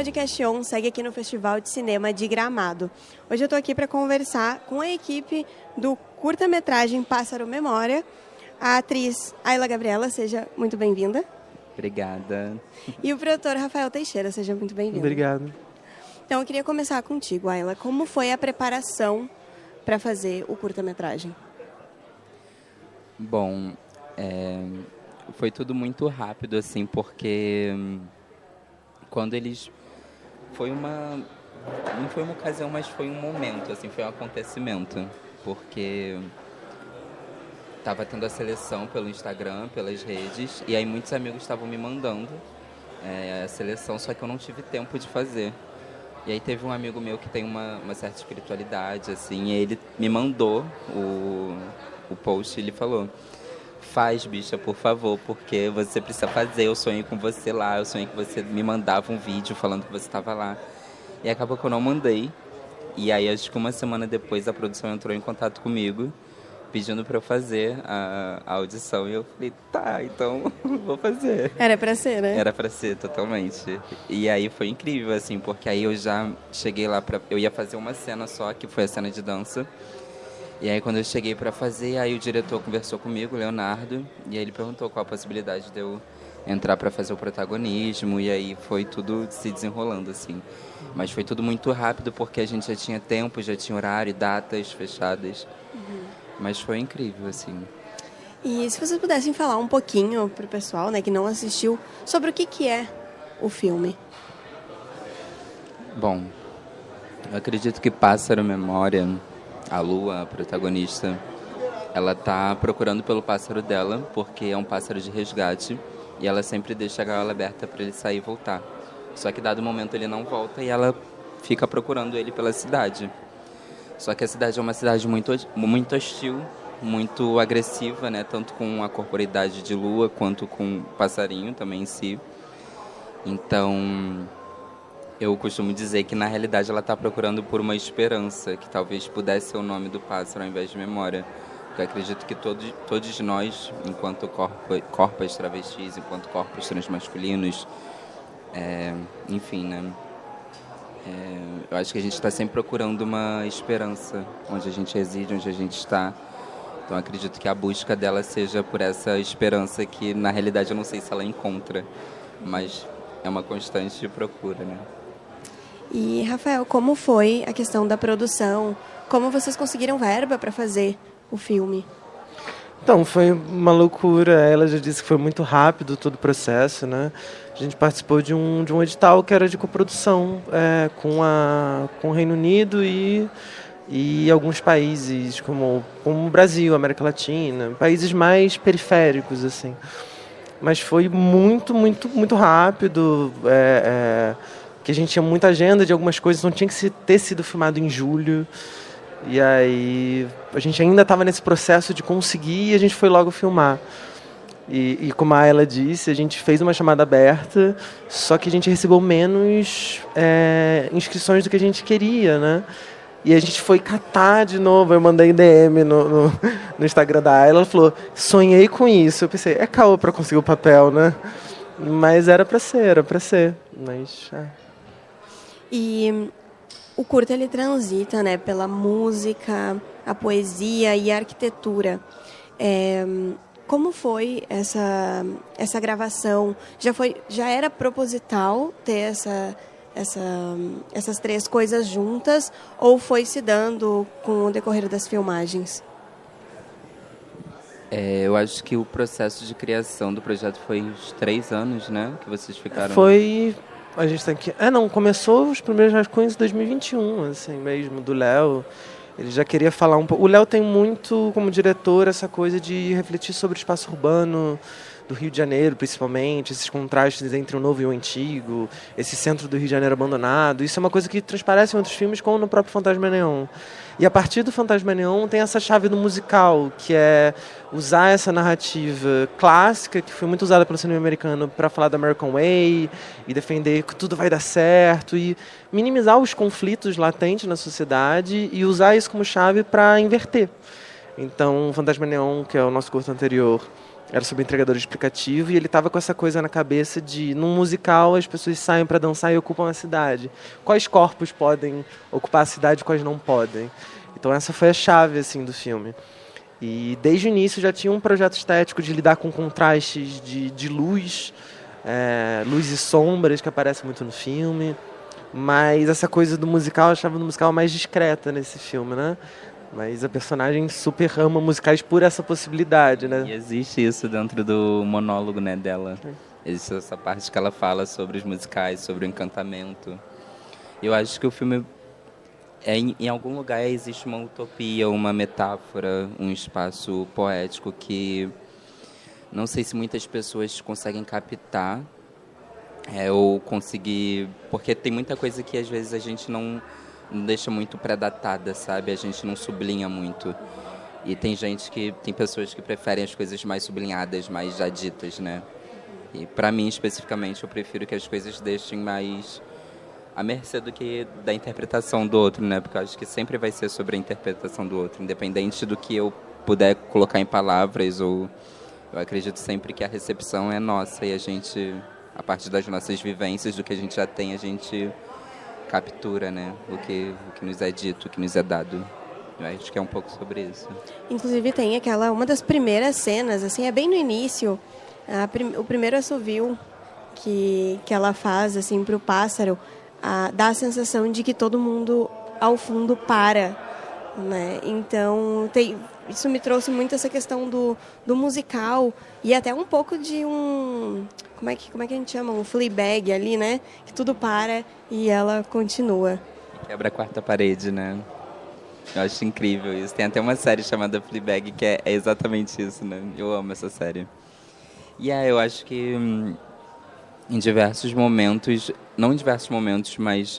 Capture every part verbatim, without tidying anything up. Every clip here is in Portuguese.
Podcast On segue aqui no Festival de Cinema de Gramado. Hoje eu estou aqui para conversar com a equipe do curta-metragem Pássaro Memória. A atriz Ayla Gabriela, seja muito bem-vinda. Obrigada. E o produtor Rafael Teixeira, seja muito bem-vindo. Obrigado. Então eu queria começar contigo, Ayla. Como foi a preparação para fazer o curta-metragem? Bom, é, foi tudo muito rápido, assim, porque quando eles... Foi uma... Não foi uma ocasião, mas foi um momento, assim, foi um acontecimento. Porque estava tendo a seleção pelo Instagram, pelas redes, e aí muitos amigos estavam me mandando é, a seleção, só que eu não tive tempo de fazer. E aí teve um amigo meu que tem uma, uma certa espiritualidade, assim, e ele me mandou o, o post e ele falou: faz, bicha, por favor, porque você precisa fazer, eu sonhei com você lá, eu sonhei que você me mandava um vídeo falando que você estava lá. E acabou que eu não mandei, e aí acho que uma semana depois a produção entrou em contato comigo, pedindo para eu fazer a, a audição, e eu falei, tá, então vou fazer. Era para ser, né? Era para ser, totalmente. E aí foi incrível, assim, porque aí eu já cheguei lá, pra, eu ia fazer uma cena só, que foi a cena de dança. E aí quando eu cheguei para fazer, aí o diretor conversou comigo, o Leonardo, e aí ele perguntou qual a possibilidade de eu entrar para fazer o protagonismo, e aí foi tudo se desenrolando, assim. Mas foi tudo muito rápido, porque a gente já tinha tempo, já tinha horário, datas fechadas. Uhum. Mas foi incrível, assim. E se vocês pudessem falar um pouquinho pro pessoal, né, que não assistiu, sobre o que, que é o filme. Bom, eu acredito que Pássaro Memória, a Lua, a protagonista, ela tá procurando pelo pássaro dela, porque é um pássaro de resgate, e ela sempre deixa a gaiola aberta para ele sair e voltar. Só que dado momento ele não volta e ela fica procurando ele pela cidade. Só que a cidade é uma cidade muito, muito hostil, muito agressiva, né? Tanto com a corporeidade de Lua, quanto com o passarinho também em si. Então, eu costumo dizer que, na realidade, ela está procurando por uma esperança, que talvez pudesse ser o nome do pássaro ao invés de memória. Porque eu acredito que todos, todos nós, enquanto corpo, corpos travestis, enquanto corpos transmasculinos, é, enfim, né? É, eu acho que a gente está sempre procurando uma esperança onde a gente reside, onde a gente está. Então acredito que a busca dela seja por essa esperança que, na realidade, eu não sei se ela encontra, mas é uma constante procura, né? E, Rafael, como foi a questão da produção? Como vocês conseguiram verba para fazer o filme? Então, foi uma loucura. Ela já disse que foi muito rápido todo o processo, né? A gente participou de um, de um edital que era de coprodução é, com, a, com o Reino Unido e, e alguns países, como, como o Brasil, América Latina, países mais periféricos, assim. Mas foi muito, muito, muito rápido, é, é, que a gente tinha muita agenda de algumas coisas, não tinha que ter sido filmado em julho. E aí a gente ainda estava nesse processo de conseguir e a gente foi logo filmar. E, e como a Ayla disse, a gente fez uma chamada aberta, só que a gente recebeu menos é, inscrições do que a gente queria, né? E a gente foi catar de novo, eu mandei D M no, no, no Instagram da Ayla, ela falou, sonhei com isso. Eu pensei, é caô para conseguir o papel, né? Mas era para ser, era para ser. Mas, é. E o curta, ele transita, né, pela música, a poesia e a arquitetura. É, como foi essa, essa gravação? Já, foi, já era proposital ter essa, essa, essas três coisas juntas ou foi se dando com o decorrer das filmagens? É, eu acho que o processo de criação do projeto foi uns três anos, né? Que vocês ficaram... Foi... A gente tem que... É, não, começou os primeiros rascunhos em dois mil e vinte e um, assim mesmo, do Léo. Ele já queria falar um pouco... O Léo tem muito, como diretor, essa coisa de refletir sobre o espaço urbano do Rio de Janeiro, principalmente, esses contrastes entre o novo e o antigo, esse centro do Rio de Janeiro abandonado. Isso é uma coisa que transparece em outros filmes, como no próprio Fantasma Neon. E a partir do Fantasma Neon tem essa chave do musical, que é usar essa narrativa clássica, que foi muito usada pelo cinema americano, para falar da American Way e defender que tudo vai dar certo e minimizar os conflitos latentes na sociedade e usar isso como chave para inverter. Então, o Fantasma Neon, que é o nosso curso anterior, era sobre entregador de aplicativo, e ele estava com essa coisa na cabeça de, num musical, as pessoas saem para dançar e ocupam a cidade. Quais corpos podem ocupar a cidade e quais não podem? Então essa foi a chave assim, do filme. E desde o início já tinha um projeto estético de lidar com contrastes de, de luz, é, luz e sombras, que aparece muito no filme. Mas essa coisa do musical, eu achava do musical mais discreta nesse filme, né? Mas a personagem super ama musicais por essa possibilidade, né? E existe isso dentro do monólogo, né, dela. Existe essa parte que ela fala sobre os musicais, sobre o encantamento. Eu acho que o filme, é, em, em algum lugar, existe uma utopia, uma metáfora, um espaço poético que não sei se muitas pessoas conseguem captar, é, ou conseguir... Porque tem muita coisa que, às vezes, a gente não... não deixa muito pré-datada, sabe? A gente não sublinha muito. E tem gente que... Tem pessoas que preferem as coisas mais sublinhadas, mais já ditas, né? E pra mim, especificamente, eu prefiro que as coisas deixem mais à mercê do que da interpretação do outro, né? Porque eu acho que sempre vai ser sobre a interpretação do outro, independente do que eu puder colocar em palavras, ou... Eu acredito sempre que a recepção é nossa e a gente, a partir das nossas vivências, do que a gente já tem, a gente... captura, né, o que, o que nos é dito, o que nos é dado. Eu acho que é um pouco sobre isso. Inclusive tem aquela, uma das primeiras cenas, assim, é bem no início, a prim, o primeiro assovio que, que ela faz, assim, pro pássaro, a, dá a sensação de que todo mundo, ao fundo, para, né, então tem, isso me trouxe muito essa questão do, do musical e até um pouco de um... Como é, que, como é que a gente chama? Um Fleabag ali, né? Que tudo para e ela continua. E quebra a quarta parede, né? Eu acho incrível isso. Tem até uma série chamada Fleabag que é, é exatamente isso, né? Eu amo essa série. E é, eu acho que hum, em diversos momentos, não em diversos momentos, mas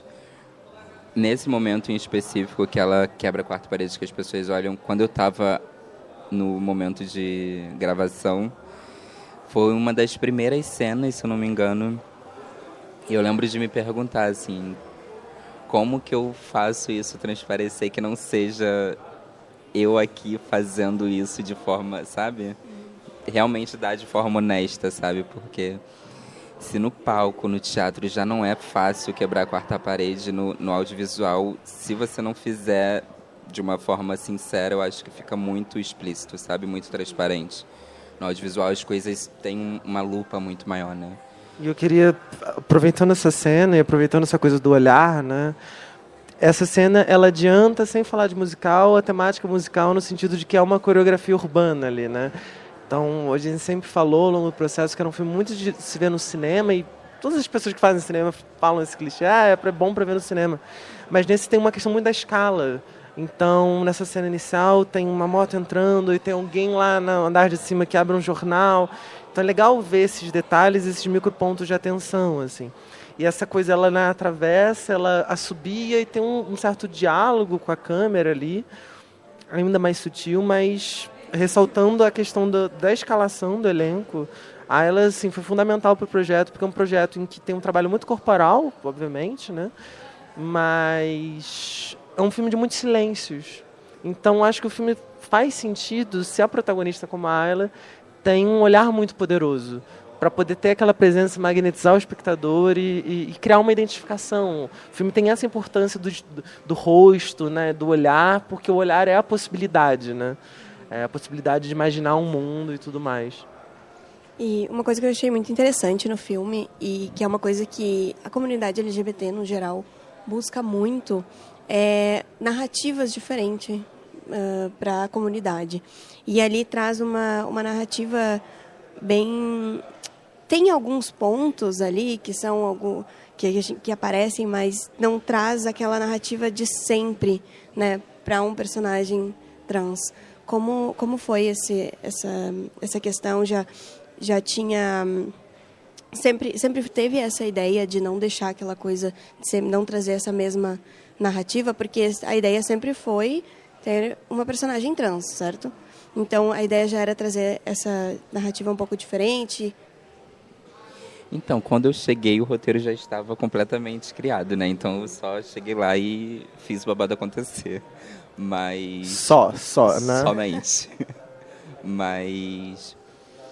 nesse momento em específico que ela quebra a quarta parede, que as pessoas olham, quando eu estava no momento de gravação, foi uma das primeiras cenas, se eu não me engano. E eu lembro de me perguntar, assim, como que eu faço isso transparecer que não seja eu aqui fazendo isso de forma, sabe? Realmente dar de forma honesta, sabe? Porque se no palco, no teatro, já não é fácil quebrar a quarta parede, no, no audiovisual, se você não fizer de uma forma sincera, eu acho que fica muito explícito, sabe? Muito transparente. No audiovisual as coisas têm uma lupa muito maior, né? E eu queria, aproveitando essa cena e aproveitando essa coisa do olhar, né? Essa cena, ela adianta, sem falar de musical, a temática musical no sentido de que é uma coreografia urbana ali, né? Então, hoje a gente sempre falou, ao longo do processo, que era um filme muito de se ver no cinema, e todas as pessoas que fazem cinema falam esse clichê, ah, é bom para ver no cinema. Mas nesse tem uma questão muito da escala. Então, nessa cena inicial, tem uma moto entrando e tem alguém lá no andar de cima que abre um jornal. Então, é legal ver esses detalhes, esses micropontos de atenção, assim. E essa coisa, ela na atravessa, ela assobia e tem um, um certo diálogo com a câmera ali, ainda mais sutil, mas ressaltando a questão da, da escalação do elenco. A ela, assim, foi fundamental para o projeto, porque é um projeto em que tem um trabalho muito corporal, obviamente, né? Mas é um filme de muitos silêncios. Então, acho que o filme faz sentido se a protagonista, como a Ayla, tem um olhar muito poderoso para poder ter aquela presença, magnetizar o espectador e, e, e criar uma identificação. O filme tem essa importância do, do, do rosto, né, do olhar, porque o olhar é a possibilidade, né? É a possibilidade de imaginar um mundo e tudo mais. E uma coisa que eu achei muito interessante no filme, e que é uma coisa que a comunidade L G B T, no geral, busca muito, é narrativas diferentes uh, para a comunidade. E ali traz uma, uma narrativa bem... Tem alguns pontos ali que são algum, que, que aparecem, mas não traz aquela narrativa de sempre, né, para um personagem trans. Como, como foi esse, essa, essa questão? Já, já tinha... Sempre, sempre teve essa ideia de não deixar aquela coisa, de não trazer essa mesma narrativa, porque a ideia sempre foi ter uma personagem trans, certo? Então, a ideia já era trazer essa narrativa um pouco diferente. Então, quando eu cheguei, o roteiro já estava completamente criado, né? Então, eu só cheguei lá e fiz o babado acontecer. Mas... Só, só, né? Somente. Mas...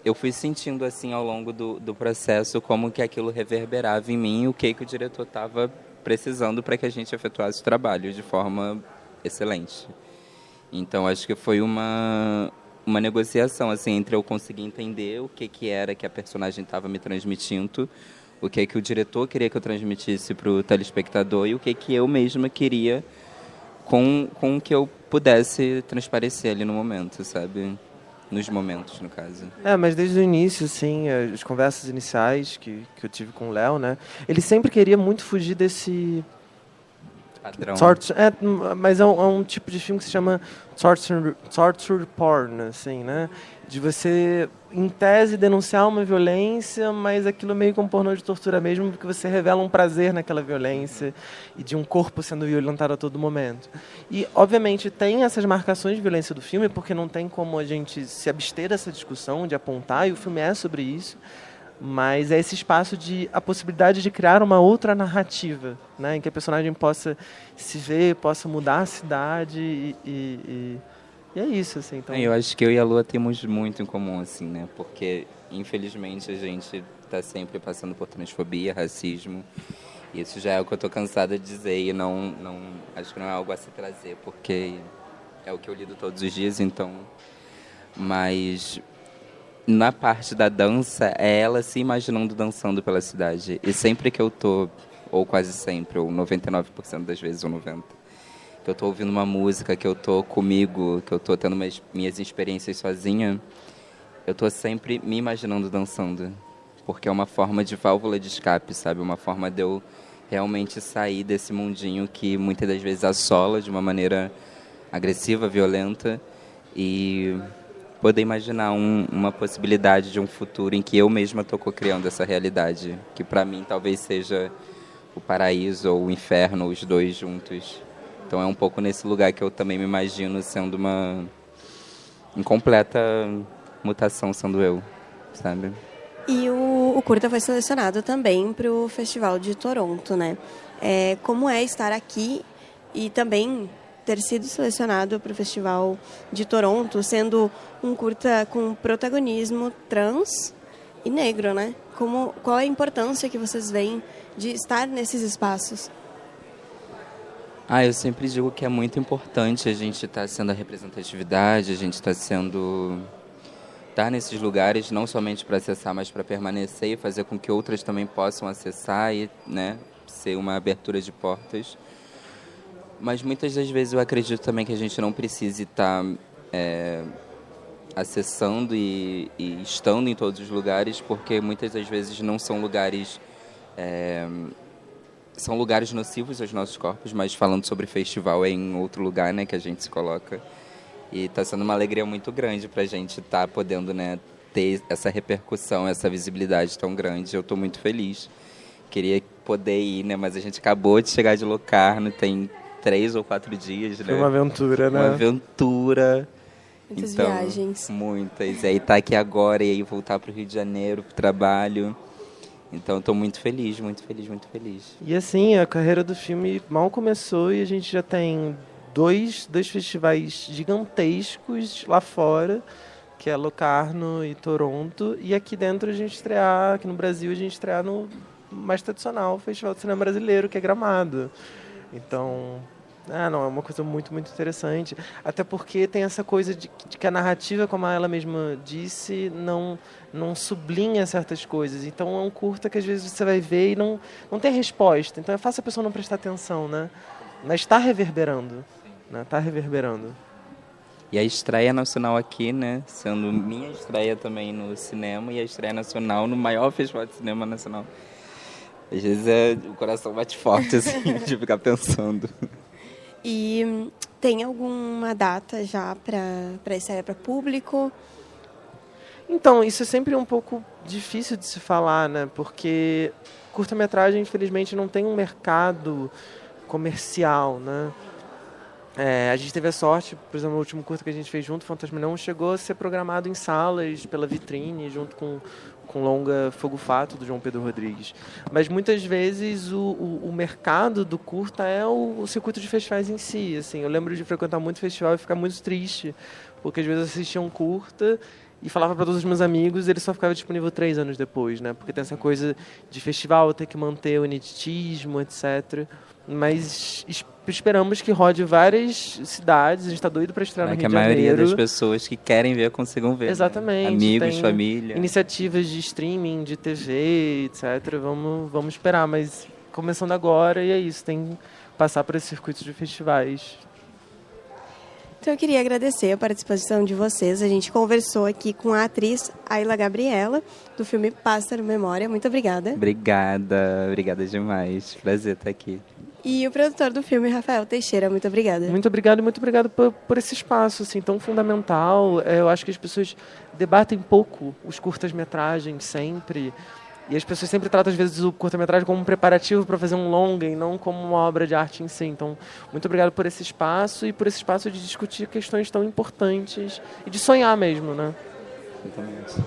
eu fui sentindo, assim, ao longo do, do processo, como que aquilo reverberava em mim, o que, que o diretor estava precisando para que a gente efetuasse o trabalho de forma excelente. Então, acho que foi uma, uma negociação, assim, entre eu conseguir entender o que, que era que a personagem estava me transmitindo, o que, que o diretor queria que eu transmitisse para o telespectador e o que, que eu mesma queria com, com o que eu pudesse transparecer ali no momento, sabe? Nos momentos, no caso. É, mas desde o início, assim, as conversas iniciais que, que eu tive com o Léo, né? Ele sempre queria muito fugir desse... Padrão. Torture, é, mas é um, é um tipo de filme que se chama torture, torture porn, assim, né? De você, em tese, denunciar uma violência, mas aquilo meio como pornô de tortura mesmo, porque você revela um prazer naquela violência e de um corpo sendo violentado a todo momento. E, obviamente, tem essas marcações de violência do filme, porque não tem como a gente se abster dessa discussão, de apontar, e o filme é sobre isso. Mas é esse espaço de a possibilidade de criar uma outra narrativa, né, em que a personagem possa se ver, possa mudar a cidade e, e, e, e é isso, assim. Então... Eu acho que eu e a Lua temos muito em comum, assim, né, porque infelizmente a gente está sempre passando por transfobia, racismo. Isso já é o que eu estou cansada de dizer e não, não acho que não é algo a se trazer, porque é o que eu lido todos os dias, então. Mas na parte da dança, é ela se imaginando dançando pela cidade. E sempre que eu tô, ou quase sempre, ou noventa e nove por cento das vezes, ou noventa por cento, que eu tô ouvindo uma música, que eu tô comigo, que eu tô tendo minhas, minhas experiências sozinha, eu tô sempre me imaginando dançando. Porque é uma forma de válvula de escape, sabe? Uma forma de eu realmente sair desse mundinho que muitas das vezes assola de uma maneira agressiva, violenta, e poder imaginar um, uma possibilidade de um futuro em que eu mesma estou co-criando essa realidade, que para mim talvez seja o paraíso ou o inferno, os dois juntos. Então é um pouco nesse lugar que eu também me imagino sendo uma incompleta mutação, sendo eu, sabe? E o, o curta foi selecionado também para o Festival de Toronto, né? É, como é estar aqui e também ter sido selecionado para o Festival de Toronto, sendo um curta com protagonismo trans e negro, né? Como, qual a importância que vocês veem de estar nesses espaços? Ah, eu sempre digo que é muito importante a gente estar sendo a representatividade, a gente estar sendo... estar nesses lugares, não somente para acessar, mas para permanecer e fazer com que outras também possam acessar e, né, ser uma abertura de portas. Mas muitas das vezes eu acredito também que a gente não precise estar é, acessando e, e estando em todos os lugares, porque muitas das vezes não são lugares é, são lugares nocivos aos nossos corpos, mas falando sobre festival é em outro lugar, né, que a gente se coloca. E está sendo uma alegria muito grande para a gente estar tá podendo, né, ter essa repercussão, essa visibilidade tão grande. Eu estou muito feliz. Queria poder ir, né, mas a gente acabou de chegar de Locarno, tem três ou quatro dias, né? Foi uma aventura, né? Uma aventura. Muitas então, viagens. Muitas. E aí tá aqui agora, e aí voltar para o Rio de Janeiro, para o trabalho. Então, estou muito feliz, muito feliz, muito feliz. E assim, a carreira do filme mal começou e a gente já tem dois, dois festivais gigantescos lá fora, que é Locarno e Toronto. E aqui dentro a gente estrear, aqui no Brasil, a gente estrear no mais tradicional Festival de Cinema Brasileiro, que é Gramado. Então... Ah, não, é uma coisa muito, muito interessante. Até porque tem essa coisa de, de que a narrativa, como ela mesma disse, não, não sublinha certas coisas. Então é um curta que às vezes você vai ver e não, não tem resposta. Então é fácil a pessoa não prestar atenção, né? Mas está reverberando. Né? Está reverberando. E a estreia nacional aqui, né? Sendo minha estreia também no cinema e a estreia nacional no maior festival de cinema nacional. Às vezes é, o coração bate forte, assim, de ficar pensando. E tem alguma data já para estreia para público? Então, isso é sempre um pouco difícil de se falar, né? Porque curta-metragem, infelizmente, não tem um mercado comercial, né? É, a gente teve a sorte, por exemplo, o último curta que a gente fez junto, Fantasminão, chegou a ser programado em salas, pela Vitrine, junto com com longa Fogo Fato, do João Pedro Rodrigues. Mas muitas vezes o, o, o mercado do curta é o, o circuito de festivais em si. Assim, eu lembro de frequentar muito festival e ficar muito triste, porque às vezes eu assistia um curta e falava para todos os meus amigos, ele só ficava disponível três anos depois, né? Porque tem essa coisa de festival, ter que manter o ineditismo, etcétera. Mas esperamos que rode várias cidades, a gente está doido para estrear é no que Rio de a Janeiro. maioria das pessoas que querem ver consigam ver. Exatamente. Né? Amigos, tem família. Iniciativas de streaming, de T V, etcétera. Vamos, vamos esperar, mas começando agora, e é isso, tem que passar por esse circuito de festivais. Então eu queria agradecer a participação de vocês. A gente conversou aqui com a atriz Ayla Gabriela, do filme Pássaro Memória. Muito obrigada. Obrigada, obrigada demais. Prazer estar aqui. E o produtor do filme, Rafael Teixeira. Muito obrigada. Muito obrigado, muito obrigado por, por esse espaço assim, tão fundamental. É, eu acho que as pessoas debatem pouco os curtas-metragens sempre. E as pessoas sempre tratam, às vezes, o curta-metragem como um preparativo para fazer um longa e não como uma obra de arte em si. Então, muito obrigado por esse espaço e por esse espaço de discutir questões tão importantes e de sonhar mesmo, né? Exatamente.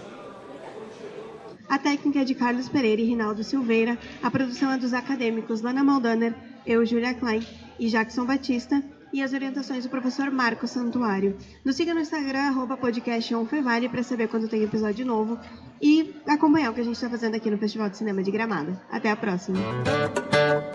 A técnica é de Carlos Pereira e Rinaldo Silveira. A produção é dos acadêmicos Lana Maldaner, eu, Julia Klein e Jackson Batista. E as orientações do professor Marcos Santuário. Nos siga no Instagram, arroba podcast Onfevale, para saber quando tem episódio novo e acompanhar o que a gente está fazendo aqui no Festival de Cinema de Gramado. Até a próxima!